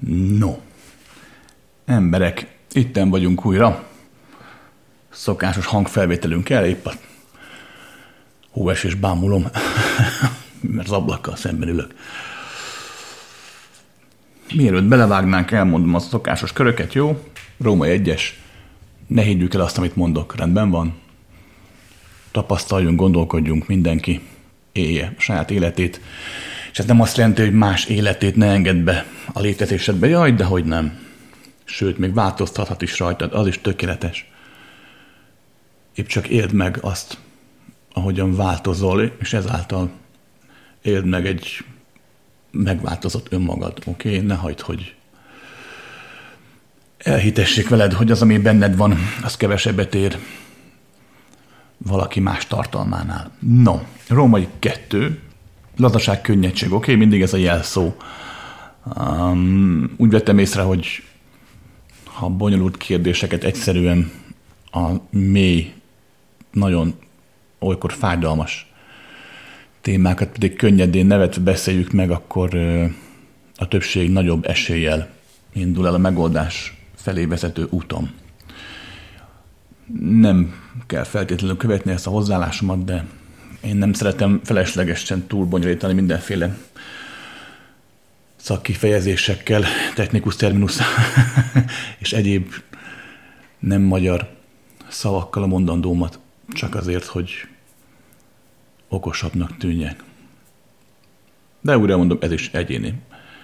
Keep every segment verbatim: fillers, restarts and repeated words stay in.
No, emberek, itten vagyunk újra. Szokásos hangfelvételünkkel, épp a hóesés bámulom, mert az ablakkal szemben ülök. Mielőtt belevágnánk, elmondom a szokásos köröket, jó? Római egyes, ne higgyük el azt, amit mondok, rendben van? Tapasztaljunk, gondolkodjunk, mindenki élje saját életét, és ez nem azt jelenti, hogy más életét ne engedd be a létezésedbe, jaj, de hogy nem. Sőt, még változtathat is rajtad, az is tökéletes. Épp csak éld meg azt, ahogyan változol, és ezáltal éld meg egy megváltozott önmagad, oké? Okay? Ne hagyd, hogy elhitessék veled, hogy az, ami benned van, az kevesebbet ér valaki más tartalmánál. No, Római kettő, lazaság, könnyedség, oké? Okay? Mindig ez a jelszó. Um, úgy vettem észre, hogy ha bonyolult kérdéseket egyszerűen a mély, nagyon olykor fájdalmas témákat pedig könnyedén nevetve beszéljük meg, akkor a többség nagyobb eséllyel indul el a megoldás felé vezető úton. Nem kell feltétlenül követni ezt a hozzáállásomat, de én nem szeretem feleslegesen túlbonyolítani mindenféle szakkifejezésekkel, technikus terminus és egyéb nem magyar szavakkal a mondandómat, csak azért, hogy okosabbnak tűnjek. De újra mondom, ez is egyéni.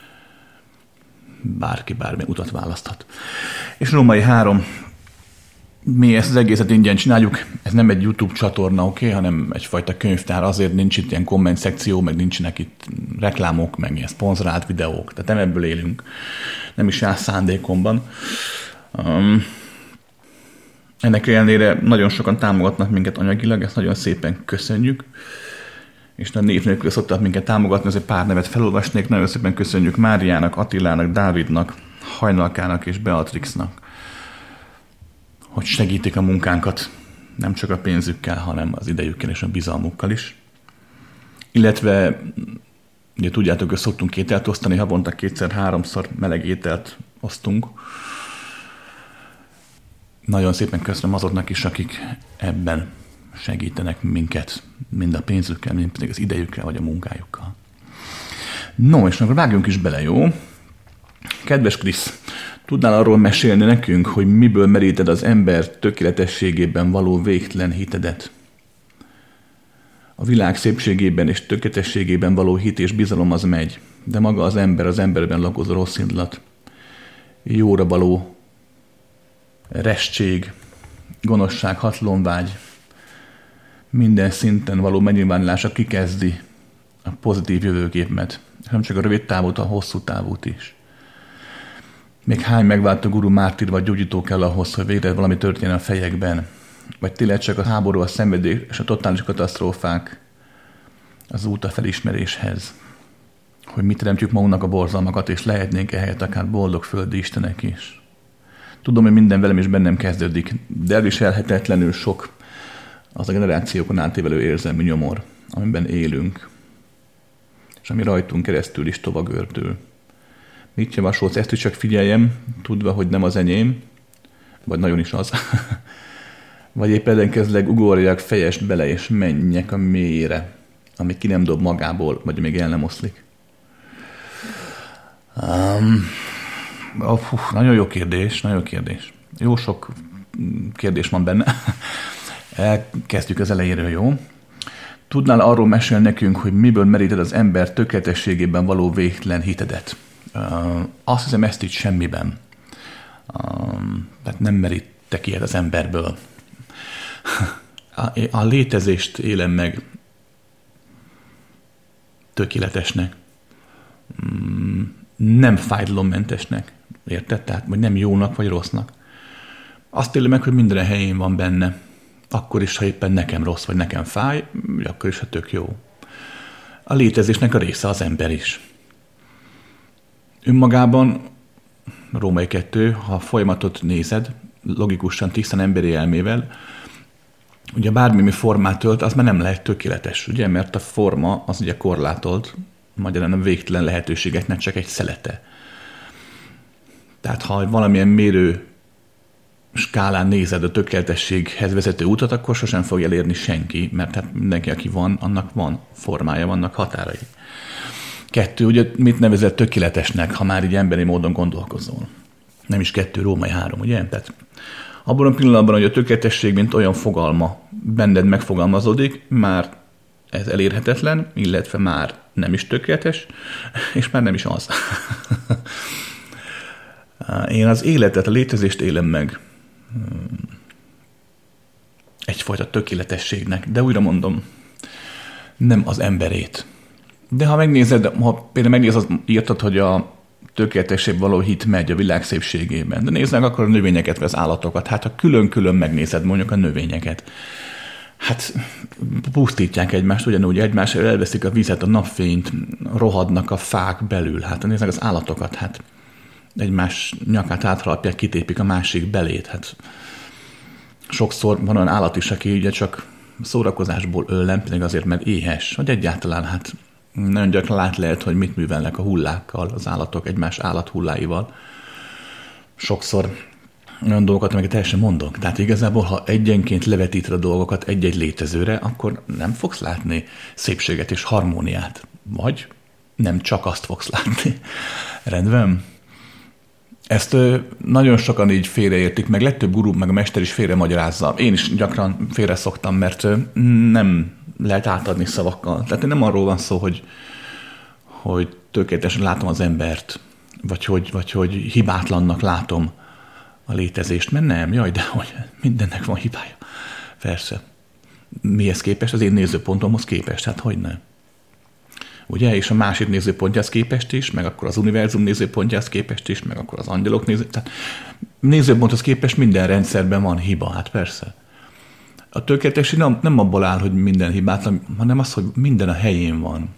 Bárki bármilyen utat választhat. És Római három, mi ezt az egészet ingyen csináljuk, ez nem egy YouTube csatorna, oké, okay, hanem egyfajta könyvtár, azért nincs itt ilyen komment szekció, meg nincsenek itt reklámok, meg ilyen szponzorált videók, tehát nem ebből élünk, nem is áll szándékomban. Um, ennek ellenére nagyon sokan támogatnak minket anyagilag, ezt nagyon szépen köszönjük, és a név nélkül szoktak minket támogatni, azért pár nevet felolvasnék, nagyon szépen köszönjük Máriának, Attilának, Dávidnak, Hajnalkának és Beatrixnak, hogy segítik a munkánkat, nem csak a pénzükkel, hanem az idejükkel és a bizalmukkal is. Illetve, ugye tudjátok, hogy szoktunk ételt osztani, havonta kétszer-háromszor meleg ételt osztunk. Nagyon szépen köszönöm azoknak is, akik ebben segítenek minket, mind a pénzükkel, mind pedig az idejükkel, vagy a munkájukkal. No, és akkor vágjunk is bele, jó? Kedves Krisz, tudnál arról mesélni nekünk, hogy miből meríted az ember tökéletességében való végtelen hitedet? A világ szépségében és tökéletességében való hit és bizalom az megy, de maga az ember, az emberben lakozó rossz indulat, jóra való restség, gonoszság, hatalomvágy, minden szinten való megnyilvánulása kikezdi a pozitív jövőképet, nem csak a rövid távút, a hosszú távút is. Még hány megváltó guru, mártír vagy gyógyító kell ahhoz, hogy végre valami történjen a fejekben? Vagy tényleg csak a háború, a szenvedés és a totális katasztrófák az út a felismeréshez? Hogy mit teremtjük magunknak a borzalmakat, és lehetnénk ehelyett akár boldog földi istenek is? Tudom, hogy minden velem is bennem kezdődik, de elviselhetetlenül sok az a generációkon átévelő érzelmi nyomor, amiben élünk, és ami rajtunk keresztül is tovagördül. Mit javasolsz? Ezt is csak figyeljem, tudva, hogy nem az enyém, vagy nagyon is az. Vagy épp ellenkezőleg ugorjak fejest bele, és menjek a mélyére, ami ki nem dob magából, vagy még el nem oszlik. Um, oh, hú, nagyon jó kérdés, nagyon jó kérdés. Jó sok kérdés van benne. Elkezdjük az elejéről, jó? Tudnál arról mesélni nekünk, hogy miből meríted az ember tökéletességében való végtelen hitedet? Uh, azt hiszem, ezt így semmiben. Um, tehát nem merítek ilyet az emberből. a, a létezést élem meg tökéletesnek. Um, nem fájdalommentesnek. Érted? Tehát, vagy nem jónak, vagy rossznak. Azt élem meg, hogy minden helyén van benne. Akkor is, ha éppen nekem rossz, vagy nekem fáj, akkor is, ha tök jó. A létezésnek a része az ember is. Önmagában, Római kettő, ha a folyamatot nézed, logikusan, tisztán emberi elmével, ugye bármi formát ölt, az már nem lehet tökéletes, ugye, mert a forma az ugye korlátolt, magyarán a végtelen lehetőségeknek csak egy szelete. Tehát ha valamilyen mérő skálán nézed a tökéletességhez vezető utat, akkor sosem fog elérni senki, mert hát mindenki, aki van, annak van formája, vannak határai. Kettő, ugye mit nevezett tökéletesnek, ha már így emberi módon gondolkozol? Nem is kettő, római három, ugye? Tehát abban a pillanatban, hogy a tökéletesség, mint olyan fogalma benned megfogalmazódik, már ez elérhetetlen, illetve már nem is tökéletes, és már nem is az. Én az életet, a létezést élem meg egyfajta tökéletességnek, de újra mondom, nem az emberét. De ha megnézed, ha például megnézed, írtad, hogy a tökéletesség való hit megy a világ szépségében, de nézd meg akkor a növényeket, vagy az állatokat. Hát ha külön-külön megnézed mondjuk a növényeket, hát pusztítják egymást, ugyanúgy egymásra elveszik a vizet, a napfényt, rohadnak a fák belül. Hát nézd meg az állatokat, hát egymás nyakát átharapják, kitépik a másik belét. Hát sokszor van olyan állat is, aki ugye csak szórakozásból öl, nem pedig azért, mert éhes, vagy egyáltalán hát nagyon gyakran lát lehet, hogy mit művelnek a hullákkal, az állatok egymás állathulláival. Sokszor olyan dolgokat, amiket el sem mondok. Tehát igazából, ha egyenként levetíted a dolgokat egy-egy létezőre, akkor nem fogsz látni szépséget és harmóniát. Vagy nem csak azt fogsz látni. Rendben? Ezt nagyon sokan így félreértik, meg legtöbb gurú, meg a mester is félre magyarázza. Én is gyakran félre szoktam, mert nem lehet átadni szavakkal. Tehát nem arról van szó, hogy, hogy tökéletesen látom az embert, vagy hogy, vagy hogy hibátlannak látom a létezést, mert nem, jaj, de hogy mindennek van hibája. Persze. Mihez képest? Az én nézőpontomhoz képest, hát hogy nem. Ugye, és a másik nézőpontjához képest is, meg akkor az univerzum nézőpontjához képest is, meg akkor az angyalok néző... Tehát nézőponthoz képest minden rendszerben van hiba, hát persze. A tökéletesség nem, nem abból áll, hogy minden hibátlan, hanem az, hogy minden a helyén van.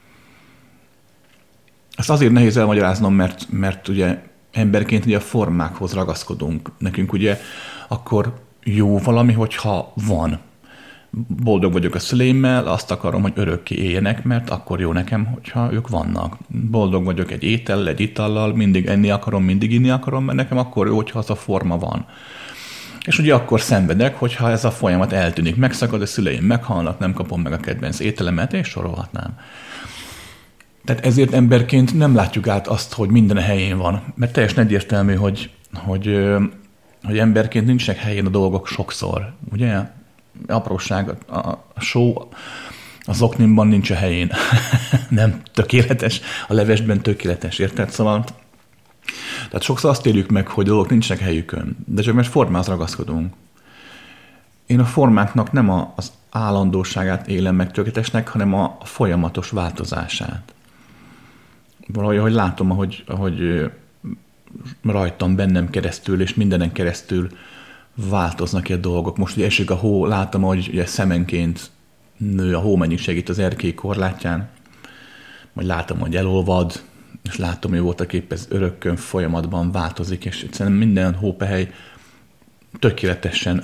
Ezt azért nehéz elmagyaráznom, mert, mert ugye emberként ugye a formákhoz ragaszkodunk. Nekünk ugye akkor jó valami, hogyha van. Boldog vagyok a szüleimmel, azt akarom, hogy örökké éljenek, mert akkor jó nekem, hogyha ők vannak. Boldog vagyok egy étellel, egy itallal, mindig enni akarom, mindig inni akarom, mert nekem akkor jó, hogyha az a forma van. És ugye akkor szenvedek, hogyha ez a folyamat eltűnik, megszakad, a szüleim meghalnak, nem kapom meg a kedvenc ételemet, és sorolhatnám. Tehát ezért emberként nem látjuk át azt, hogy minden a helyén van, mert teljesen egyértelmű, hogy, hogy, hogy emberként nincsenek helyén a dolgok sokszor, ugye? Apróság, a, a só az oknimban nincs a helyén. Nem tökéletes, a levesben tökéletes, érted? Szóval, tehát sokszor azt éljük meg, hogy dolgok nincsenek helyükön, de csak mert formához ragaszkodunk. Én a formáknak nem a, az állandóságát élem meg tökéletesnek, hanem a, a folyamatos változását. Valahogy, ahogy látom, ahogy, ahogy rajtam, bennem keresztül és mindenen keresztül változnak ki a dolgok. Most ugye esik a hó, látom, hogy ugye szemenként nő a hómennyiségét az erkély korlátján, majd látom, hogy elolvad, és látom, hogy voltak épp ez örökkön folyamatban változik, és egyszerűen minden hópehely tökéletesen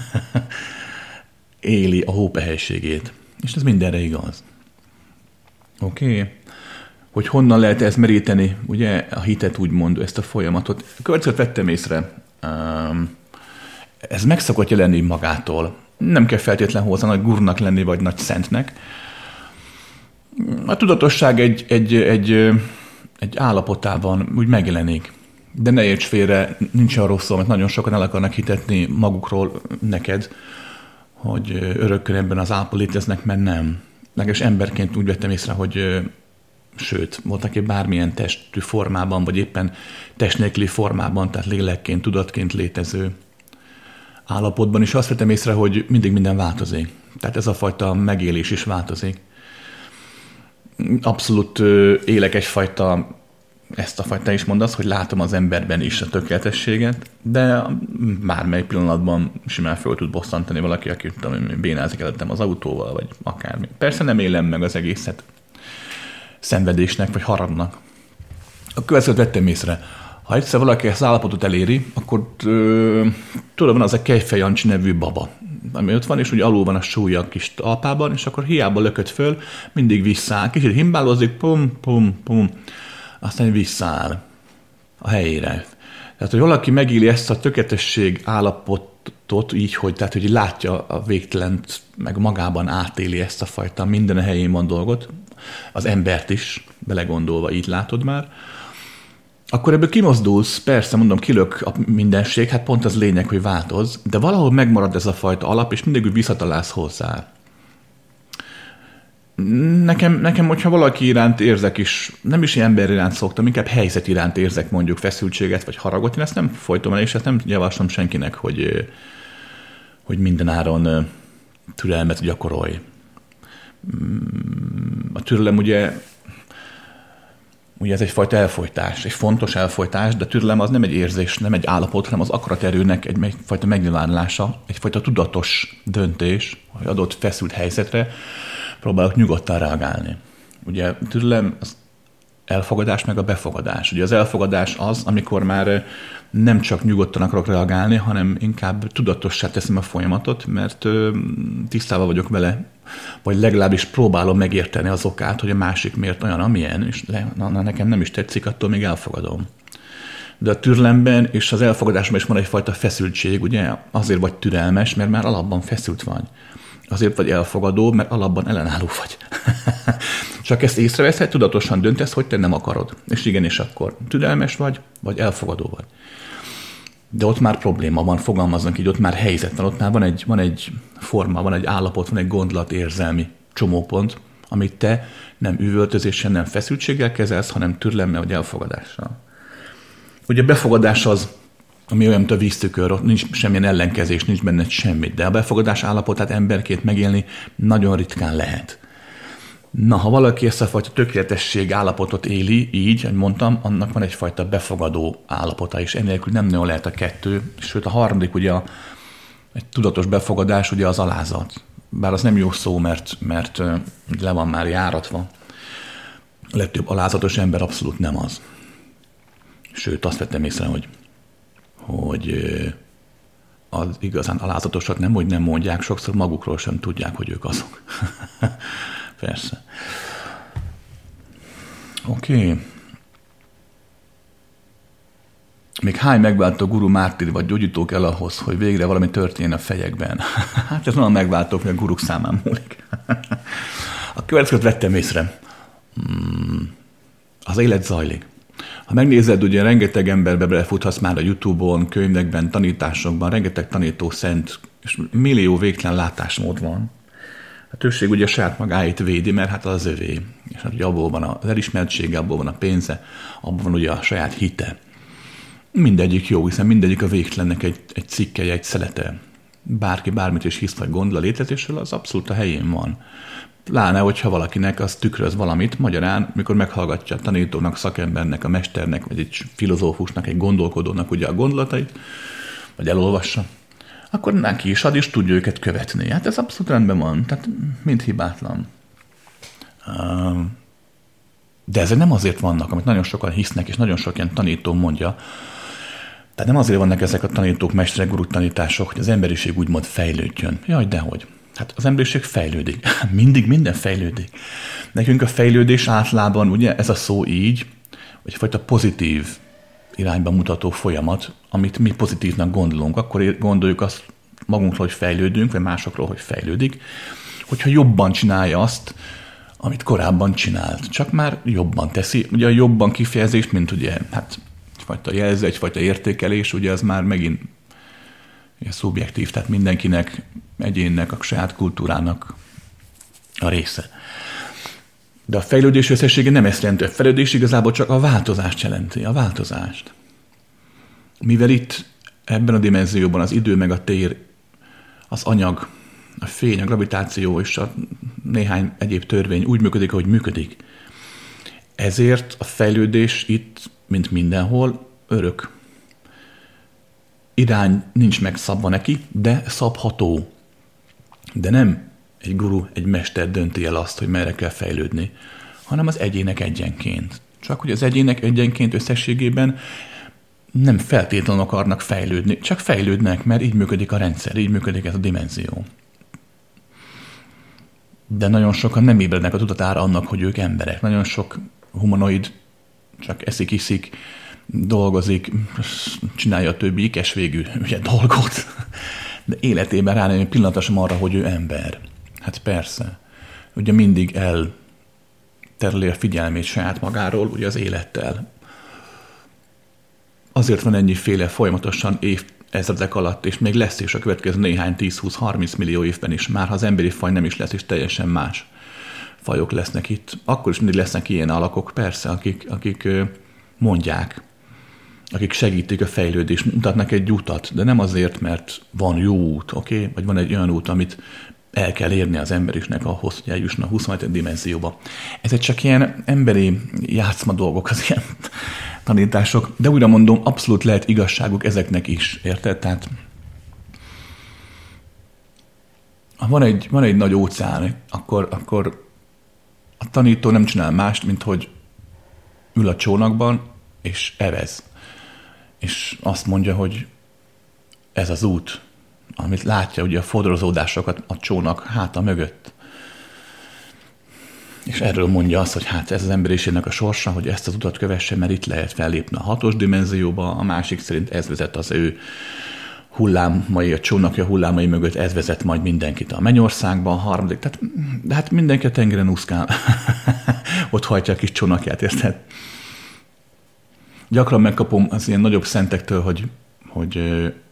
éli a hópehelységét. És ez mindenre igaz. Oké? Okay. Hogy honnan lehet ezt meríteni, ugye a hitet úgymond, ezt a folyamatot. A következőt vettem észre. Um, ez meg szokott jelenni magától. Nem kell feltétlenül hozzá nagy gurnak lenni, vagy nagy szentnek. A tudatosság egy, egy, egy, egy állapotában úgy megjelenik. De ne érts félre, nincs arról szó, mert nagyon sokan el akarnak hitetni magukról neked, hogy örökkön ebben az állapotban léteznek, mert nem. Legalábbis emberként úgy vettem észre, hogy sőt, voltak épp bármilyen testű formában, vagy éppen test nélküli formában, tehát lélekként, tudatként létező állapotban is azt vettem észre, hogy mindig minden változik. Tehát ez a fajta megélés is változik. Abszolút élek egyfajta, ezt a fajta is mondasz, hogy látom az emberben is a tökéletességet, de bármely pillanatban simán fel tud bosszantani valaki, aki tudom, bénázik előttem az autóval, vagy akármi. Persze nem élem meg az egészet szenvedésnek, vagy haragnak. A következőt vettem észre. Ha egyszer valaki ezt az állapotot eléri, akkor ö, tudod, van az a Kejfej Jancsi nevű baba, ami ott van, és úgy alul van a súlya a kis talpában, és akkor hiába lököd föl, mindig visszáll. Kicsit himbálózik, pum, pum, pum, aztán visszáll a helyére. Tehát, hogy valaki megéli ezt a tökéletesség állapotot így, hogy, tehát, hogy látja a végtelent, meg magában átéli ezt a fajta minden a helyén van dolgot, az embert is belegondolva így látod már, akkor ebből kimozdulsz, persze mondom, kilök a mindenség, hát pont az lényeg, hogy változ, de valahol megmarad ez a fajta alap, és mindig úgy visszatalálsz hozzá. Nekem, nekem, hogyha valaki iránt érzek is, nem is ilyen ember iránt szoktam, inkább helyzet iránt érzek mondjuk feszültséget vagy haragot, én ezt nem folytom el, és ezt nem javaslom senkinek, hogy, hogy mindenáron türelmet gyakorolj. A türelem ugye, ugye ez egyfajta elfojtás, egy fontos elfojtás, de a türelem az nem egy érzés, nem egy állapot, hanem az akaraterőnek egy, egyfajta megnyilvánulása, egyfajta tudatos döntés, hogy adott feszült helyzetre próbálok nyugodtan reagálni. Ugye türelem az elfogadás meg a befogadás. Ugye az elfogadás az, amikor már nem csak nyugodtan akarok reagálni, hanem inkább tudatossá teszem a folyamatot, mert tisztában vagyok vele, vagy legalábbis próbálom megérteni az okát, hogy a másik miért olyan, amilyen, és le, na, na, nekem nem is tetszik, attól még elfogadom. De a türelemben és az elfogadásban is van egyfajta feszültség, ugye azért vagy türelmes, mert már alapban feszült vagy. Azért vagy elfogadó, mert alapban ellenálló vagy. Csak ezt észreveszed, tudatosan döntesz, hogy te nem akarod. És igenis akkor türelmes vagy, vagy elfogadó vagy. De ott már probléma van, fogalmaznak így, ott már helyzet van, ott már van egy, van egy forma, van egy állapot, van egy gondolat, érzelmi csomópont, amit te nem üvöltözéssel, nem feszültséggel kezelsz, hanem türelemmel vagy elfogadással. Ugye a befogadás az, ami olyan, mint a víztükör, ott nincs semmilyen ellenkezés, nincs benne semmit, de a befogadás állapotát emberként megélni nagyon ritkán lehet. Na, ha valaki ezt a fajta tökéletesség állapotot éli, így, ahogy mondtam, annak van egyfajta befogadó állapota, és ennélkül nem nagyon lehet a kettő, sőt a harmadik, ugye a, egy tudatos befogadás, ugye az alázat. Bár az nem jó szó, mert, mert le van már járatva. A legtöbb alázatos ember abszolút nem az. Sőt, azt vettem észre, hogy hogy az igazán alázatosat nem, hogy nem mondják, sokszor magukról sem tudják, hogy ők azok. Persze. Oké. Okay. Még hány megváltó guru, mártír vagy gyógyító kell ahhoz, hogy végre valami történjen a fejekben? Hát ez nem a megváltók, hogy a guruk számán múlik. A következőt vettem észre. Az élet zajlik. Ha megnézed, ugye rengeteg emberbe belefuthatsz már a YouTube-on, könyvekben, tanításokban, rengeteg tanító szent, és millió végtelen látásmód van. A többség ugye a saját magáit védi, mert hát az övé. És hát ugye abból van az elismertsége, abból van a pénze, abból van ugye a saját hite. Mindegyik jó, hiszen mindegyik a végtelennek egy, egy cikkelje, egy szelete. Bárki bármit is hisz vagy gondol a létezésről, az abszolút a helyén van. Pláne, hogyha valakinek az tükröz valamit, magyarán, mikor meghallgatja a tanítónak, szakembernek, a mesternek, vagy egy filozófusnak, egy gondolkodónak ugye a gondolatait, vagy elolvassa, akkor neki is ad, és tudja őket követni. Hát ez abszolút rendben van, tehát mind hibátlan. De ezek nem azért vannak, amit nagyon sokan hisznek, és nagyon sok ilyen tanító mondja, tehát nem azért vannak ezek a tanítók, mesterek, guruk tanítások, hogy az emberiség úgymond fejlődjön. Jaj, dehogy. Hát az emberiség fejlődik. Mindig minden fejlődik. Nekünk a fejlődés általában, ugye ez a szó így, hogy egyfajta pozitív irányba mutató folyamat, amit mi pozitívnak gondolunk. Akkor gondoljuk azt magunkról, hogy fejlődünk, vagy másokról, hogy fejlődik, hogyha jobban csinálja azt, amit korábban csinált. Csak már jobban teszi. Ugye a jobban kifejezés, mint ugye, hát egyfajta jelző, egyfajta értékelés, ugye az már megint ugye, szubjektív, tehát mindenkinek, egyénnek, a saját kultúrának a része. De a fejlődés összessége nem ezt jelenti. A fejlődés igazából csak a változást jelenti, a változást. Mivel itt ebben a dimenzióban az idő meg a tér, az anyag, a fény, a gravitáció és a néhány egyéb törvény úgy működik, ahogy működik. Ezért a fejlődés itt, mint mindenhol, örök. Irány nincs megszabva neki, de szabható. De nem egy guru, egy mester dönti el azt, hogy merre kell fejlődni, hanem az egyének egyenként. Csak hogy az egyének egyenként összességében nem feltétlenül akarnak fejlődni, csak fejlődnek, mert így működik a rendszer, így működik ez a dimenzió. De nagyon sokan nem ébrednek a tudatára annak, hogy ők emberek. Nagyon sok humanoid csak eszik, iszik, dolgozik, csinálja a többi ikesvégű ugye, dolgot, de életében rájön egy pillanatosan arra, hogy ő ember. Hát persze. Ugye mindig eltereli a figyelmét saját magáról, ugye az élettel. Azért van ennyiféle folyamatosan évezredek alatt, és még lesz is a következő néhány tíz-húsz-harminc millió évben is, már ha az emberi faj nem is lesz, és teljesen más fajok lesznek itt. Akkor is mindig lesznek ilyen alakok, persze, akik, akik mondják, akik segítik a fejlődést, mutatnak egy utat, de nem azért, mert van jó út, oké? Okay? Vagy van egy olyan út, amit el kell érni az emberisnek ahhoz, hogy eljusson a huszonhetedik dimenzióba. Ezek csak ilyen emberi játszma dolgok, az ilyen tanítások, de újra mondom, abszolút lehet igazságuk ezeknek is, érted? Tehát ha van egy, van egy nagy óceán, akkor, akkor a tanító nem csinál mást, mint hogy ül a csónakban, és evez. És azt mondja, hogy ez az út, amit látja ugye a fodrozódásokat a csónak háta mögött. És erről mondja azt, hogy hát ez az emberiségnek a sorsa, hogy ezt az utat kövesse, mert itt lehet fellépni a hatos dimenzióba, a másik szerint ez vezet az ő hullámai, a csónakja hullámai mögött, ez vezet majd mindenkit a mennyországba, a harmadik, tehát, de hát mindenki a tengeren úszkál. Ott hajtja a kis csónakját, érted? Gyakran megkapom az ilyen nagyobb szentektől, hogy, hogy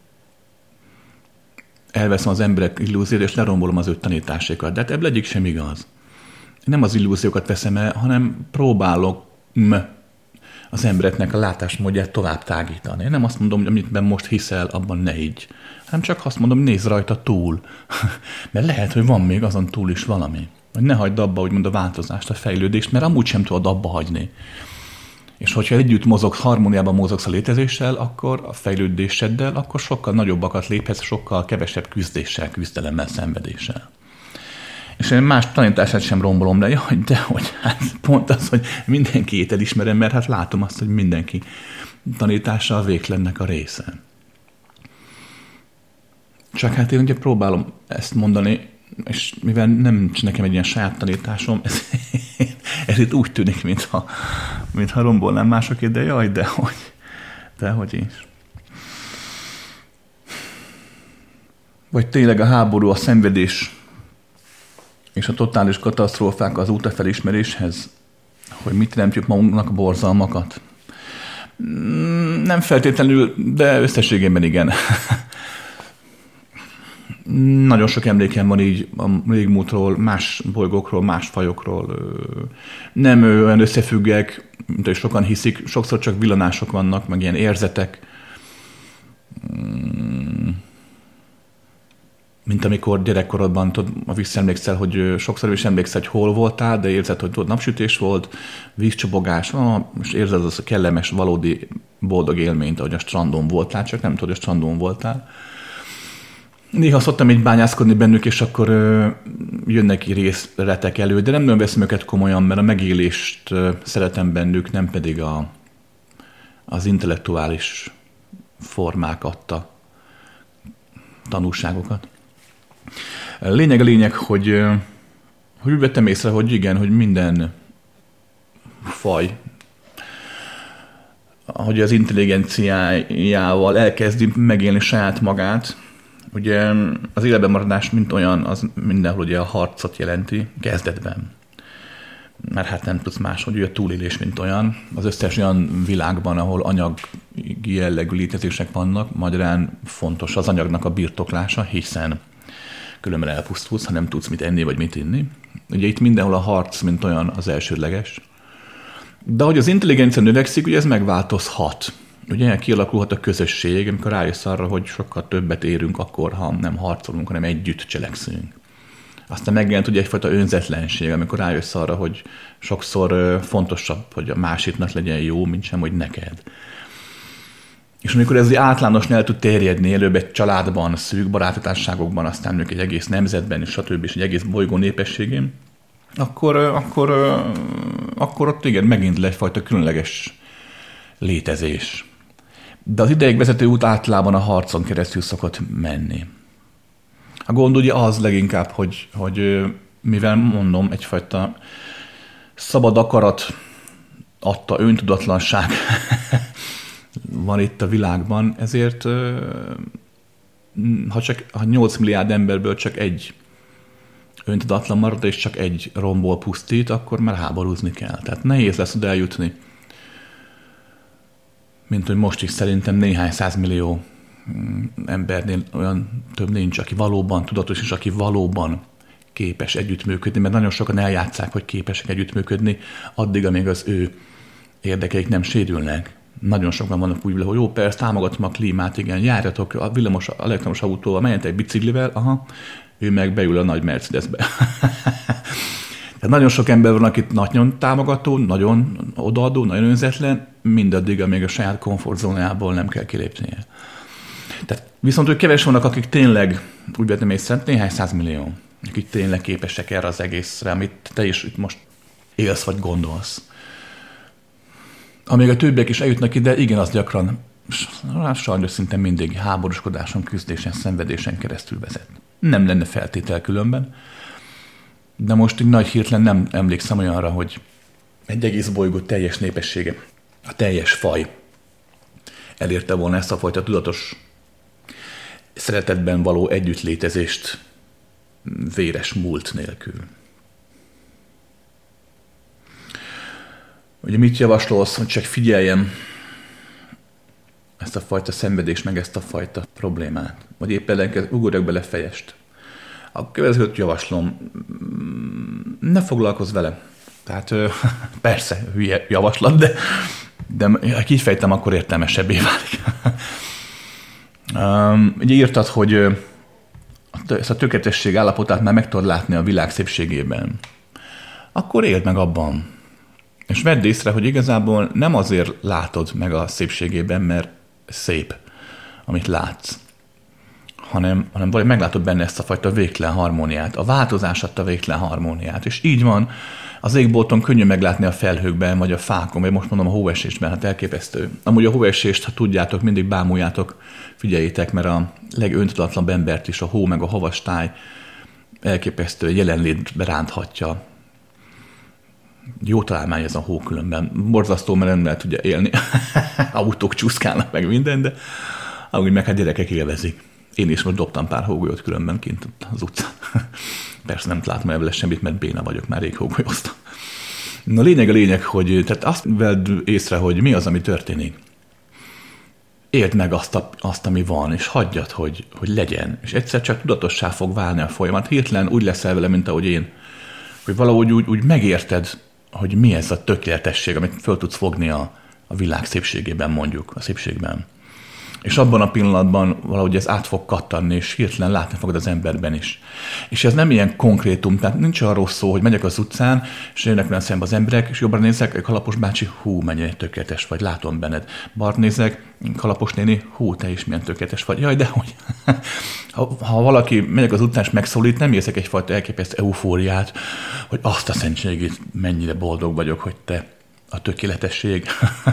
elveszem az emberek illúziót, és lerombolom az ő tanításékat. De hát ebből egyik sem igaz. Nem az illúziókat veszem el, hanem próbálok az embereknek a látásmódját tovább tágítani. Én nem azt mondom, hogy amitben most hiszel, abban ne higgy. Hanem csak azt mondom, nézz rajta túl. Mert lehet, hogy van még azon túl is valami. Hogy ne hagyd abba, úgymond a változást, a fejlődést, mert amúgy sem tudod abba hagyni. És hogyha együtt mozogsz, harmóniában mozogsz a létezéssel, akkor a fejlődéseddel, akkor sokkal nagyobbakat léphetsz, sokkal kevesebb küzdéssel, küzdelemmel, szenvedéssel. És én más tanítását sem rombolom le, jaj, dehogy, hát pont az, hogy mindenkit elismerem, mert hát látom azt, hogy mindenki tanítása a végtelennek a része. Csak hát én ugye próbálom ezt mondani, és mivel nem nekem egy ilyen saját tanításom, ez, ez itt úgy tűnik, mintha, mintha rombolnám másokét, de jaj, dehogy, dehogy is. Vagy tényleg a háború, a szenvedés és a totális katasztrófák az út a felismeréshez, hogy mit teremtjük magunknak a borzalmakat. Nem feltétlenül, de összességében igen. Nagyon sok emlékem van így a régmúltról, más bolygókról, más fajokról. Nem olyan összefüggek, mint hogy sokan hiszik, sokszor csak villanások vannak, meg ilyen érzetek. Mint amikor gyerekkorodban tudod, visszaemlékszel, hogy sokszor is emlékszel, hogy hol voltál, de érzed, hogy tudod, napsütés volt, vízcsobogás, ah, és érzed az a kellemes, valódi boldog élményt, ahogy a strandon voltál, csak nem tudod, hogy a strandon voltál. Néha szoktam így bányászkodni bennük, és akkor ö, jönnek ki részletek elő, de nem nagyon veszem őket komolyan, mert a megélést ö, szeretem bennük, nem pedig a, az intellektuális formák adta tanulságokat. Lényeg a lényeg, hogy, hogy úgy vettem észre, hogy igen, hogy minden faj, hogy az intelligenciájával elkezdi megélni saját magát. Ugye az életben maradás mint olyan, az mindenhol ugye a harcot jelenti kezdetben. Mert hát nem tudsz más, hogy a túlélés mint olyan. Az összes olyan világban, ahol anyagi jellegű létezések vannak, magyarán fontos az anyagnak a birtoklása, hiszen különben elpusztulsz, ha nem tudsz mit enni vagy mit inni. Ugye itt mindenhol a harc mint olyan az elsődleges. De hogy az intelligencia növekszik, ugye ez megváltozhat. Ugye kialakulhat a közösség, amikor rájössz arra, hogy sokkal többet érünk akkor, ha nem harcolunk, hanem együtt cselekszünk. Aztán megjelent ugye egyfajta önzetlenség, amikor rájössz arra, hogy sokszor fontosabb, hogy a másiknak legyen jó, mint sem, hogy neked. És amikor ez általánosan el tud terjedni, előbb egy családban, szűk barátságokban, aztán mondjuk egy egész nemzetben, és stb. És egy egész bolygó népességén, akkor, akkor, akkor ott igen, megint le egyfajta különleges létezés. De az ideig vezető út általában a harcon keresztül szokott menni. A gond ugye az leginkább, hogy, hogy mivel mondom, egyfajta szabad akarat adta öntudatlanság van itt a világban, ezért ha csak ha nyolc milliárd emberből csak egy öntudatlan marad, és csak egy romból pusztít, akkor már háborúzni kell. Tehát nehéz lesz oda eljutni, mint hogy most is szerintem néhány százmillió embernél olyan több nincs, aki valóban tudatos, és aki valóban képes együttműködni, mert nagyon sokan eljátszák, hogy képesek együttműködni, addig, amíg az ő érdekeik nem sérülnek. Nagyon sokan vannak úgy, hogy jó, persze, támogatom a klímát, igen, járjatok a villamos, a elektromos autóval, menjetek biciklivel, aha, ő meg beül a nagy Mercedesbe. Tehát nagyon sok ember van, akit nagyon támogató, nagyon odaadó, nagyon önzetlen, mindaddig, amíg a saját komfortzónájából nem kell kilépnie. Tehát viszont, hogy keves vannak, akik tényleg, úgy vettem észre, néhány százmillió, akik tényleg képesek erre az egészre, amit te is itt most élsz vagy gondolsz. Amíg a többiek is eljutnak ide, igen, az gyakran, sajnos szinte mindig háborúskodáson, küzdésen, szenvedésen keresztül vezet. Nem lenne feltétel különben, de most így nagy hirtelen nem emlékszem olyanra, hogy egy egész bolygó teljes népessége, a teljes faj elérte volna ezt a fajta tudatos szeretetben való együttlétezést véres múlt nélkül. Ugye mit javasolsz, hogy csak figyeljem ezt a fajta szenvedést, meg ezt a fajta problémát? Vagy éppen ellenkező, ugorjak bele fejest. A következőt javaslom, ne foglalkozz vele. Tehát persze, hülye javaslat, de, de ha kifejtem, akkor értelmesebbé válik. Ugye írtad, hogy ezt a tökéletesség állapotát már meg tudod látni a világ szépségében. Akkor éld meg abban. És vedd észre, hogy igazából nem azért látod meg a szépségében, mert szép, amit látsz, hanem, hanem valahogy meglátod benne ezt a fajta végtelen harmóniát, a változás adta végtelen harmóniát. És így van, az égbolton könnyű meglátni a felhőkben, vagy a fákon, vagy most mondom a hóesésben, hát elképesztő. Amúgy a hóesést, ha tudjátok, mindig bámuljátok, figyeljétek, mert a legöntudatlanabb embert is a hó meg a havastály elképesztő jelenlétbe ránthatja. Jó találmány ez a hó különben. Borzasztó, mert nem lehet ugye élni. Autók csúszkálnak meg minden, de ahogy meg hát gyerekek élvezik. Én is most dobtam pár hógolyót különben kint az utcán. Persze nem látom ebből semmit, mert béna vagyok, már rég hógolyóztam. Na lényeg a lényeg, hogy tehát azt vedd észre, hogy mi az, ami történik. Éld meg azt, a, azt ami van, és hagyjad, hogy, hogy legyen. És egyszer csak tudatossá fog válni a folyamat. Hirtelen úgy leszel vele, mint ahogy én. Hogy valahogy úgy, úgy megérted, hogy mi ez a tökéletesség, amit föl tudsz fogni a, a világ szépségében, mondjuk, a szépségben. És abban a pillanatban valahogy ez át fog kattanni, és hirtelen látni fogod az emberben is. És ez nem ilyen konkrétum, tehát nincs arról szó, hogy megyek az utcán, és jönnek velem szembe az emberek, és jobban nézek, Kalapos bácsi, hú, mennyire tökéletes vagy, látom benned. Bart nézek, Kalapos néni, hú, te is milyen tökéletes vagy. Jaj, de hogy? ha, ha valaki megyek az utcán, és megszólít, nem érzek egyfajta elképesztő eufóriát, hogy azt a szentségét, mennyire boldog vagyok, hogy te a tökéletesség.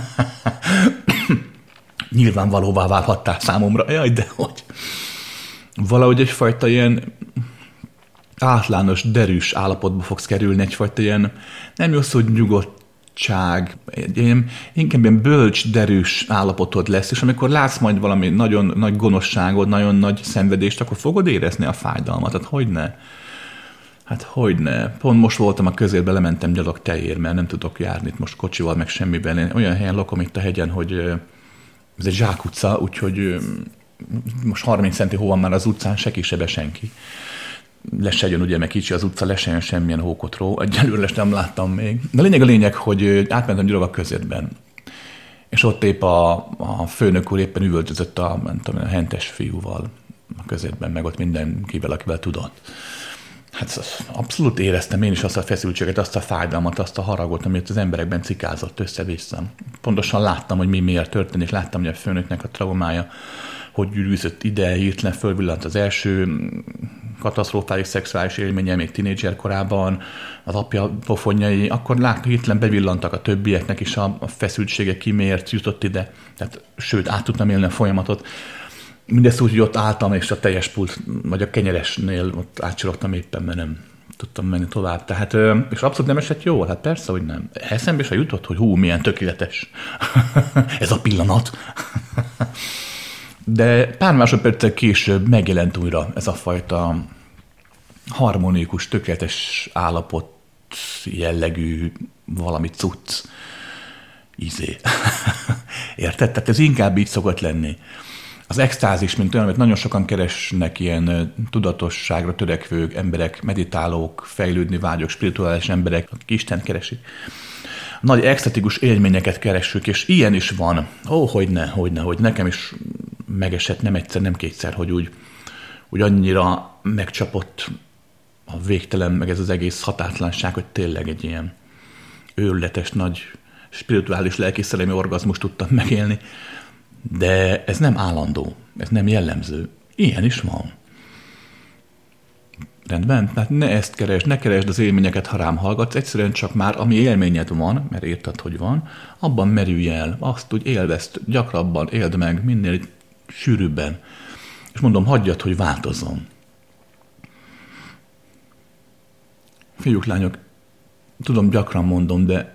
Nyilvánvalóvá válhattál számomra. Jaj, de hogy? Valahogy egyfajta ilyen átlános, derűs állapotba fogsz kerülni, egyfajta ilyen, nem jó szó, hogy nyugodtság, ilyen, inkább ilyen bölcs, derűs állapotod lesz, és amikor látsz majd valami nagyon nagy gonoszságod, nagyon nagy szenvedést, akkor fogod érezni a fájdalmat. Hát hogyne? Hát hogyne? Pont most voltam a közérbe, lementem gyalog tejér, mert nem tudok járni itt most kocsival, meg semmiben. Én olyan helyen lakom itt a hegyen, hogy ez egy zsákutca, úgyhogy most harminc centi hó van már az utcán, se kisebe senki. Le se jön, ugye, meg kicsi az utca, le se jön semmilyen hókotró. Egyelőre nem láttam még. De a lényeg a lényeg, hogy átmentem gyalog a közérben. És ott épp a, a főnök úr éppen üvöltözött a, nem tudom, a hentes fiúval a közérben, meg ott mindenkivel, akivel tudott. Hát abszolút éreztem én is azt a feszültséget, azt a fájdalmat, azt a haragot, amit az emberekben cikázott össze-vissza. Pontosan láttam, hogy mi miért történik, láttam, hogy a főnöknek a traumája, hogy gyűrűzött ide, hirtelen fölvillant az első katasztrofális szexuális élménye még tinédzser korában, az apja pofonjai, akkor láttam, hirtelen bevillantak a többieknek is a, a feszültsége, ki miért jutott ide. Tehát, sőt, át tudtam élni a folyamatot. Mindezt úgy, hogy ott álltam, és a teljes pult, vagy a kenyeresnél ott átcsorogtam éppen, mert nem tudtam menni tovább. Tehát, és abszolút nem esett jól, hát persze, hogy nem. Eszembe se jutott, hogy hú, milyen tökéletes ez a pillanat. De pár másodperccel később megjelent újra ez a fajta harmonikus, tökéletes állapot jellegű valami cucc. Izé. Érted? Tehát ez inkább így szokott lenni. Az extázis, mint olyan, amit nagyon sokan keresnek ilyen tudatosságra törekvő emberek, meditálók, fejlődni vágyók, spirituális emberek, akik Istent keresik. Nagy extatikus élményeket keressük, és ilyen is van. Ó, hogyne, hogyne, hogy nekem is megesett nem egyszer, nem kétszer, hogy úgy, úgy annyira megcsapott a végtelen, meg ez az egész határtlanság, hogy tényleg egy ilyen őrületes, nagy spirituális, lelkiszellemi orgazmust tudtam megélni. De ez nem állandó, ez nem jellemző. Ilyen is van. Rendben? Tehát ne ezt keresd, ne keresd az élményeket, ha rám hallgatsz, egyszerűen csak már, ami élményed van, mert érted, hogy van, abban merülj el, azt úgy élvezd, gyakrabban éld meg, minél sűrűbben. És mondom, hagyjad, hogy változzon. Fiúk, lányok, tudom, gyakran mondom, de,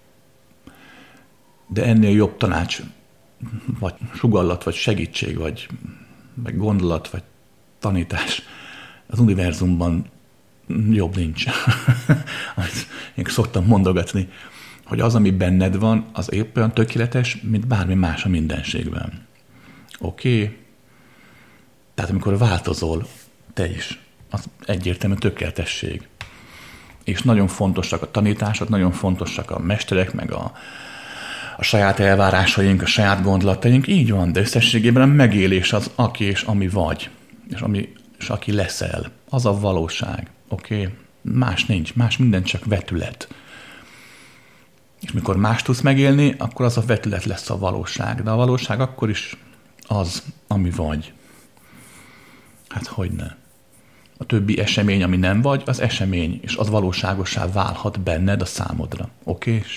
de ennél jobb tanács, vagy sugallat, vagy segítség, vagy, vagy gondolat, vagy tanítás az univerzumban jobb nincs. Amit én szoktam mondogatni, hogy az, ami benned van, az épp olyan tökéletes, mint bármi más a mindenségben. Oké? Okay? Tehát amikor változol, te is, az egyértelmű tökéletesség. És nagyon fontosak a tanítások, nagyon fontosak a mesterek, meg a a saját elvárásaink, a saját gondolataink, így van, de összességében a megélés az, aki és ami vagy, és, ami, és aki leszel. Az a valóság, oké? Okay? Más nincs, más minden csak vetület. És mikor más tudsz megélni, akkor az a vetület lesz a valóság. De a valóság akkor is az, ami vagy. Hát hogyne. A többi esemény, ami nem vagy, az esemény, és az valóságossá válhat benned a számodra. Oké? Okay?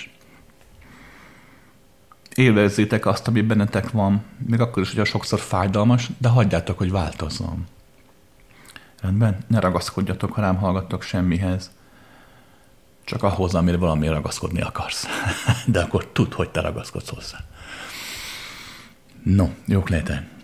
Élvezzétek azt, ami bennetek van, még akkor is, hogy a sokszor fájdalmas, de hagyjátok, hogy változzon. Rendben? Ne ragaszkodjatok, ha rám hallgattok semmihez. Csak ahhoz, amire valamire ragaszkodni akarsz. De akkor tudd, hogy te ragaszkodsz hozzá. No, jók lehetek.